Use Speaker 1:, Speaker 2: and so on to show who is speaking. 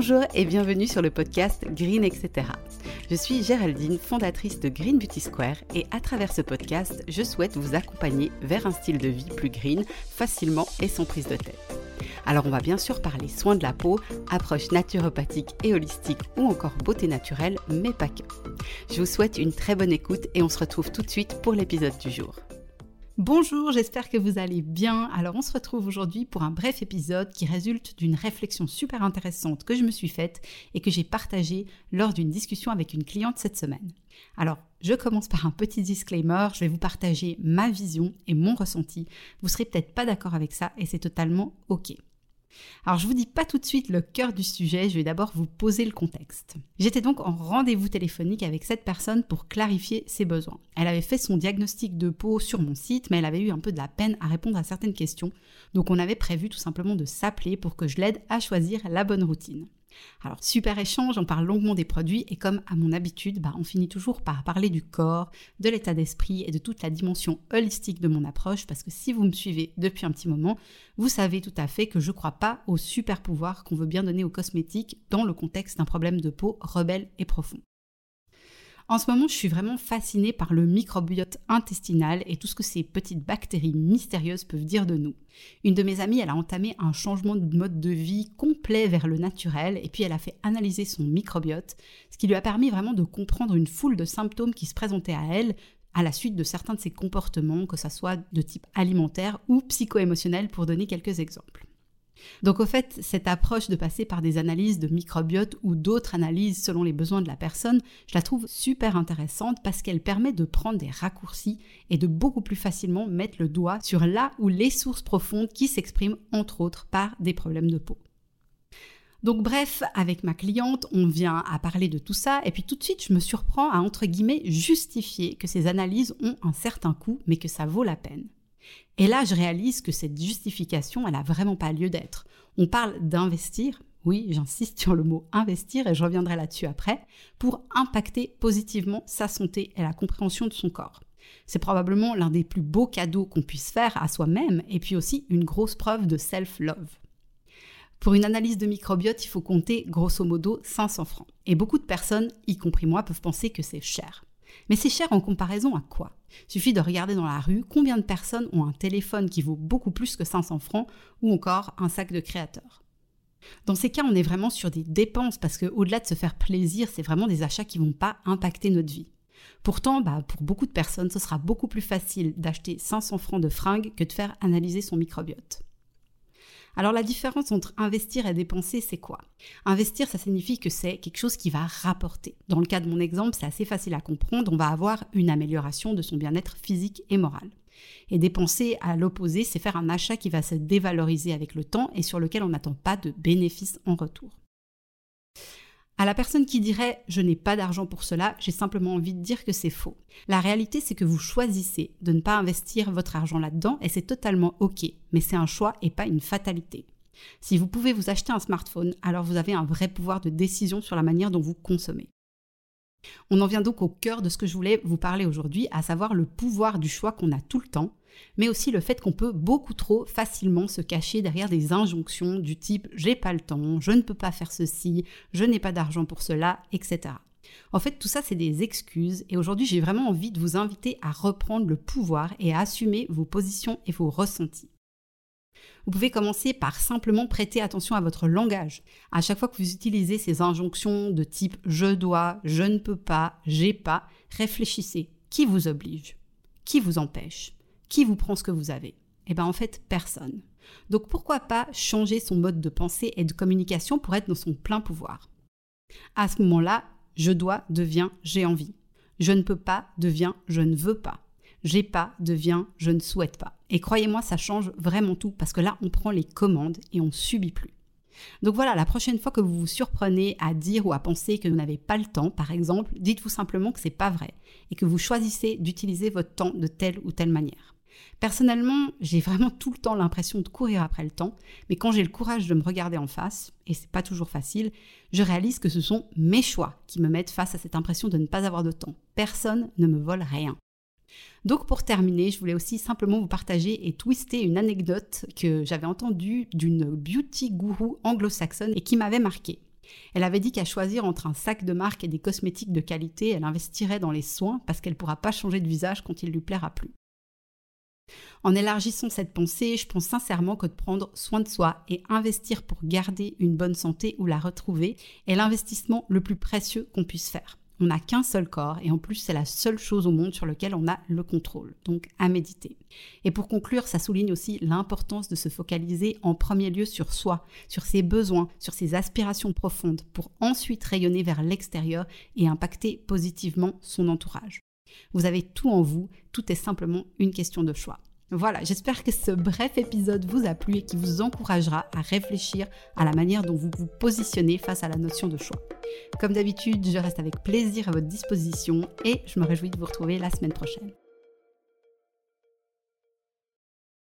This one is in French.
Speaker 1: Bonjour et bienvenue sur le podcast Green etc. Je suis Géraldine, fondatrice de Green Beauty Square et à travers ce podcast, je souhaite vous accompagner vers un style de vie plus green, facilement et sans prise de tête. Alors on va bien sûr parler soins de la peau, approche naturopathique et holistique ou encore beauté naturelle, mais pas que. Je vous souhaite une très bonne écoute et on se retrouve tout de suite pour l'épisode du jour. Bonjour, j'espère que vous allez bien. Alors on se retrouve aujourd'hui pour un bref épisode qui résulte d'une réflexion super intéressante que je me suis faite et que j'ai partagée lors d'une discussion avec une cliente cette semaine. Alors je commence par un petit disclaimer, je vais vous partager ma vision et mon ressenti. Vous serez peut-être pas d'accord avec ça et c'est totalement ok. Alors je vous dis pas tout de suite le cœur du sujet, je vais d'abord vous poser le contexte. J'étais donc en rendez-vous téléphonique avec cette personne pour clarifier ses besoins. Elle avait fait son diagnostic de peau sur mon site, mais elle avait eu un peu de la peine à répondre à certaines questions. Donc on avait prévu tout simplement de s'appeler pour que je l'aide à choisir la bonne routine. Alors super échange, on parle longuement des produits et comme à mon habitude, on finit toujours par parler du corps, de l'état d'esprit et de toute la dimension holistique de mon approche parce que si vous me suivez depuis un petit moment, vous savez tout à fait que je ne crois pas au super pouvoir qu'on veut bien donner aux cosmétiques dans le contexte d'un problème de peau rebelle et profond. En ce moment, je suis vraiment fascinée par le microbiote intestinal et tout ce que ces petites bactéries mystérieuses peuvent dire de nous. Une de mes amies, elle a entamé un changement de mode de vie complet vers le naturel et puis elle a fait analyser son microbiote, ce qui lui a permis vraiment de comprendre une foule de symptômes qui se présentaient à elle à la suite de certains de ses comportements, que ce soit de type alimentaire ou psycho-émotionnel pour donner quelques exemples. Donc au fait, cette approche de passer par des analyses de microbiote ou d'autres analyses selon les besoins de la personne, je la trouve super intéressante parce qu'elle permet de prendre des raccourcis et de beaucoup plus facilement mettre le doigt sur là où les sources profondes qui s'expriment entre autres par des problèmes de peau. Donc bref, avec ma cliente, on vient à parler de tout ça et puis tout de suite je me surprends à entre guillemets justifier que ces analyses ont un certain coût mais que ça vaut la peine. Et là, je réalise que cette justification, elle n'a vraiment pas lieu d'être. On parle d'investir, oui, j'insiste sur le mot investir et je reviendrai là-dessus après, pour impacter positivement sa santé et la compréhension de son corps. C'est probablement l'un des plus beaux cadeaux qu'on puisse faire à soi-même et puis aussi une grosse preuve de self-love. Pour une analyse de microbiote, il faut compter grosso modo 500 francs. Et beaucoup de personnes, y compris moi, peuvent penser que c'est cher. Mais c'est cher en comparaison à quoi ? Il suffit de regarder dans la rue combien de personnes ont un téléphone qui vaut beaucoup plus que 500 francs ou encore un sac de créateur. Dans ces cas, on est vraiment sur des dépenses parce qu'au-delà de se faire plaisir, c'est vraiment des achats qui ne vont pas impacter notre vie. Pourtant, pour beaucoup de personnes, ce sera beaucoup plus facile d'acheter 500 francs de fringues que de faire analyser son microbiote. Alors la différence entre investir et dépenser, c'est quoi ? Investir, ça signifie que c'est quelque chose qui va rapporter. Dans le cas de mon exemple, c'est assez facile à comprendre, on va avoir une amélioration de son bien-être physique et moral. Et dépenser, à l'opposé, c'est faire un achat qui va se dévaloriser avec le temps et sur lequel on n'attend pas de bénéfice en retour. À la personne qui dirait « je n'ai pas d'argent pour cela », j'ai simplement envie de dire que c'est faux. La réalité, c'est que vous choisissez de ne pas investir votre argent là-dedans et c'est totalement ok, mais c'est un choix et pas une fatalité. Si vous pouvez vous acheter un smartphone, alors vous avez un vrai pouvoir de décision sur la manière dont vous consommez. On en vient donc au cœur de ce que je voulais vous parler aujourd'hui, à savoir le pouvoir du choix qu'on a tout le temps, mais aussi le fait qu'on peut beaucoup trop facilement se cacher derrière des injonctions du type « j'ai pas le temps »,« je ne peux pas faire ceci »,« je n'ai pas d'argent pour cela », etc. En fait, tout ça, c'est des excuses et aujourd'hui, j'ai vraiment envie de vous inviter à reprendre le pouvoir et à assumer vos positions et vos ressentis. Vous pouvez commencer par simplement prêter attention à votre langage. À chaque fois que vous utilisez ces injonctions de type « je dois »,« je ne peux pas »,« j'ai pas », réfléchissez. Qui vous oblige ? Qui vous empêche ? Qui vous prend ce que vous avez ? En fait, personne. Donc pourquoi pas changer son mode de pensée et de communication pour être dans son plein pouvoir ? À ce moment-là, « je dois » devient « j'ai envie ». « Je ne peux pas » devient « je ne veux pas ». J'ai pas devient je ne souhaite pas. Et croyez-moi, ça change vraiment tout parce que là, on prend les commandes et on subit plus. Donc voilà, la prochaine fois que vous vous surprenez à dire ou à penser que vous n'avez pas le temps, par exemple, dites-vous simplement que c'est pas vrai et que vous choisissez d'utiliser votre temps de telle ou telle manière. Personnellement, j'ai vraiment tout le temps l'impression de courir après le temps, mais quand j'ai le courage de me regarder en face, et c'est pas toujours facile, je réalise que ce sont mes choix qui me mettent face à cette impression de ne pas avoir de temps. Personne ne me vole rien. Donc pour terminer, je voulais aussi simplement vous partager et twister une anecdote que j'avais entendue d'une beauty gourou anglo-saxonne et qui m'avait marquée. Elle avait dit qu'à choisir entre un sac de marque et des cosmétiques de qualité, elle investirait dans les soins parce qu'elle ne pourra pas changer de visage quand il lui plaira plus. En élargissant cette pensée, je pense sincèrement que de prendre soin de soi et investir pour garder une bonne santé ou la retrouver est l'investissement le plus précieux qu'on puisse faire. On n'a qu'un seul corps et en plus c'est la seule chose au monde sur laquelle on a le contrôle, donc à méditer. Et pour conclure, ça souligne aussi l'importance de se focaliser en premier lieu sur soi, sur ses besoins, sur ses aspirations profondes pour ensuite rayonner vers l'extérieur et impacter positivement son entourage. Vous avez tout en vous, tout est simplement une question de choix. Voilà, j'espère que ce bref épisode vous a plu et qui vous encouragera à réfléchir à la manière dont vous vous positionnez face à la notion de choix. Comme d'habitude, je reste avec plaisir à votre disposition et je me réjouis de vous retrouver la semaine prochaine.